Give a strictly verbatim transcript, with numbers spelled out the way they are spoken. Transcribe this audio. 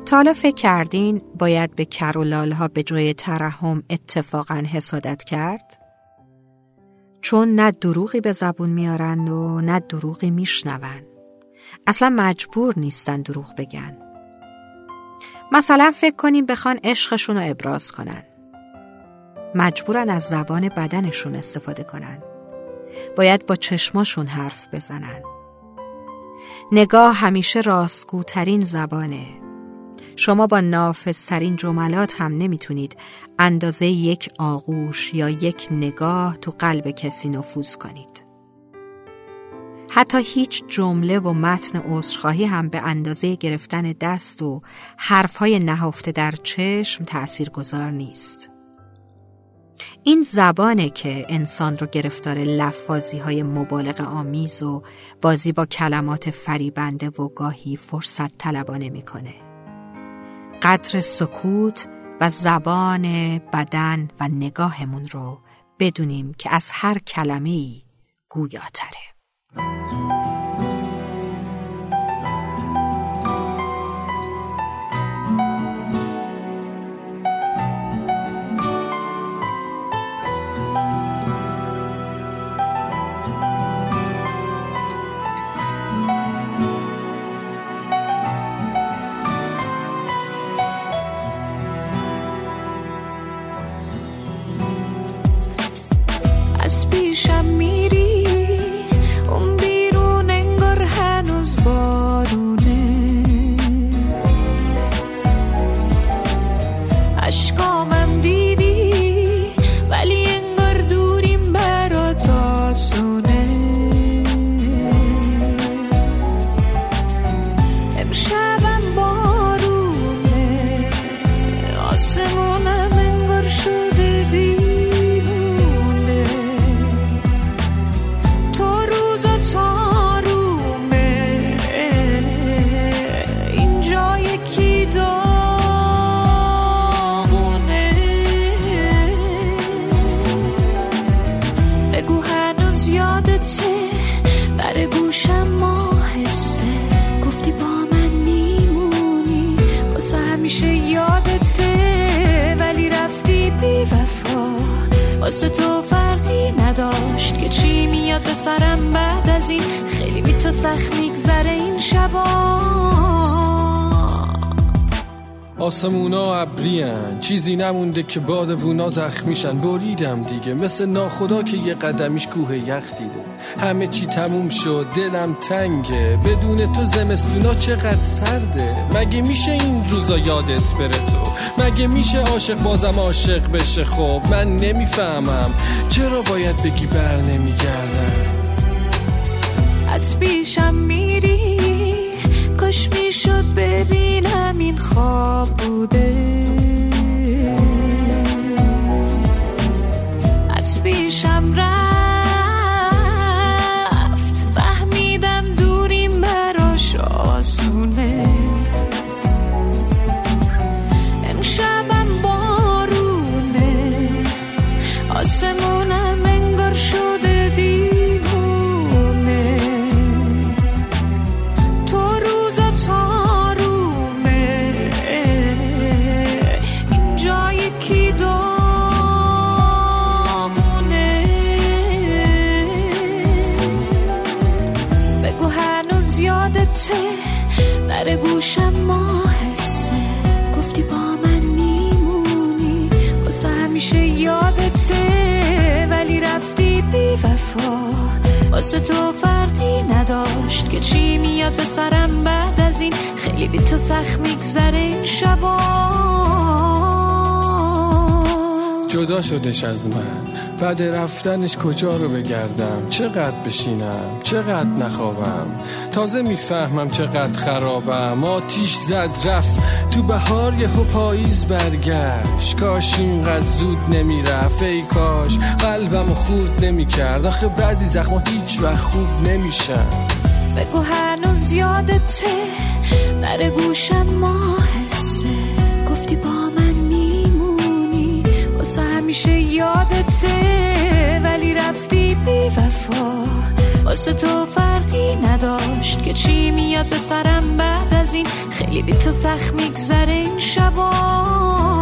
تا حالا فکر کردین باید به کر و لال‌ها به جای ترحم اتفاقاً حسادت کرد؟ چون نه دروغی به زبون میارن و نه دروغی میشنون. اصلا مجبور نیستن دروغ بگن. مثلا فکر کنیم بخوان عشقشون رو ابراز کنن. مجبورن از زبان بدنشون استفاده کنن. باید با چشماشون حرف بزنن. نگاه همیشه راستگوترین زبانه. شما با نافذترین جملات هم نمیتونید اندازه یک آغوش یا یک نگاه تو قلب کسی نفوذ کنید. حتی هیچ جمله و متن عذرخواهی هم به اندازه گرفتن دست و حرفهای نهفته در چشم تأثیرگذار نیست. این زبانه که انسان رو گرفتار لفاظی های مبالغه آمیز و بازی با کلمات فریبنده و گاهی فرصت طلبانه میکنه. قدر سکوت و زبان بدن و نگاهمون رو بدونیم که از هر کلمه‌ای گویاتره. از پیشم میری اون بیرون انگار هنوز بارونه، عشقامم دیدی ولی انگار دوریم برات آسونه. امشبم بارونه، آسمونم انگار شده دی در گوشم ماهسته، گفتی با من میمونی واسه همیشه یادته، ولی رفتی بی وفا. واسه تو فرقی نداشت که چی میاد به سرم بعد از این، خیلی بی تو سخت میگذره این شبا. آسمونا ابریان، چیزی نمونده که بادبونا زخمیشن. بریدم دیگه مثل ناخدا که یه قدمیش کوه یخ دیده. همه چی تموم شد، دلم تنگه، بدون تو زمستونا چقدر سرده. مگه میشه این روزا یادت بره تو؟ مگه میشه عاشق بازم عاشق بشه؟ خب من نمیفهمم چرا باید بگی بر نمیگردم. از پیشم میری، کاش میشد ببینم این خواب بوده. از پیشم رفت، فهمیدم دوریم براش آسونه. امشبم بارونه، آسمونم انگار شده دیوونه. تو روزا تارومه، اینجا یکی دامونه. بگو هنوز یادته، در گوشم ماهسته، گفتی با من میمونی واسه همیشه یادته، ولی رفتی بی وفا. واسه تو فرقی نداشت که چی میاد به سرم بعد از این، خیلی بی تو سخت میگذره این شبا. جدا شدش از من، بعد رفتنش کجا رو بگردم؟ چقدر بشینم، چقدر نخوابم، تازه میفهمم چقدر خرابم. آتیش زد رفت تو بهار، یه پاییز برگشت. کاش اینقدر زود نمیرفت، ای کاش قلبمو خورد نمیکرد. آخه بعضی زخما هیچ وقت خوب نمیشن. بگو هنوز یادته، در گوشم ماهسته، گفتی با من میمونی واسه همیشه یادته، ولی رفتی بی وفا. واسه تو فرقی نداشت که چی میاد به سرم بعد از این. خیلی بی تو سخت میگذره این شبا.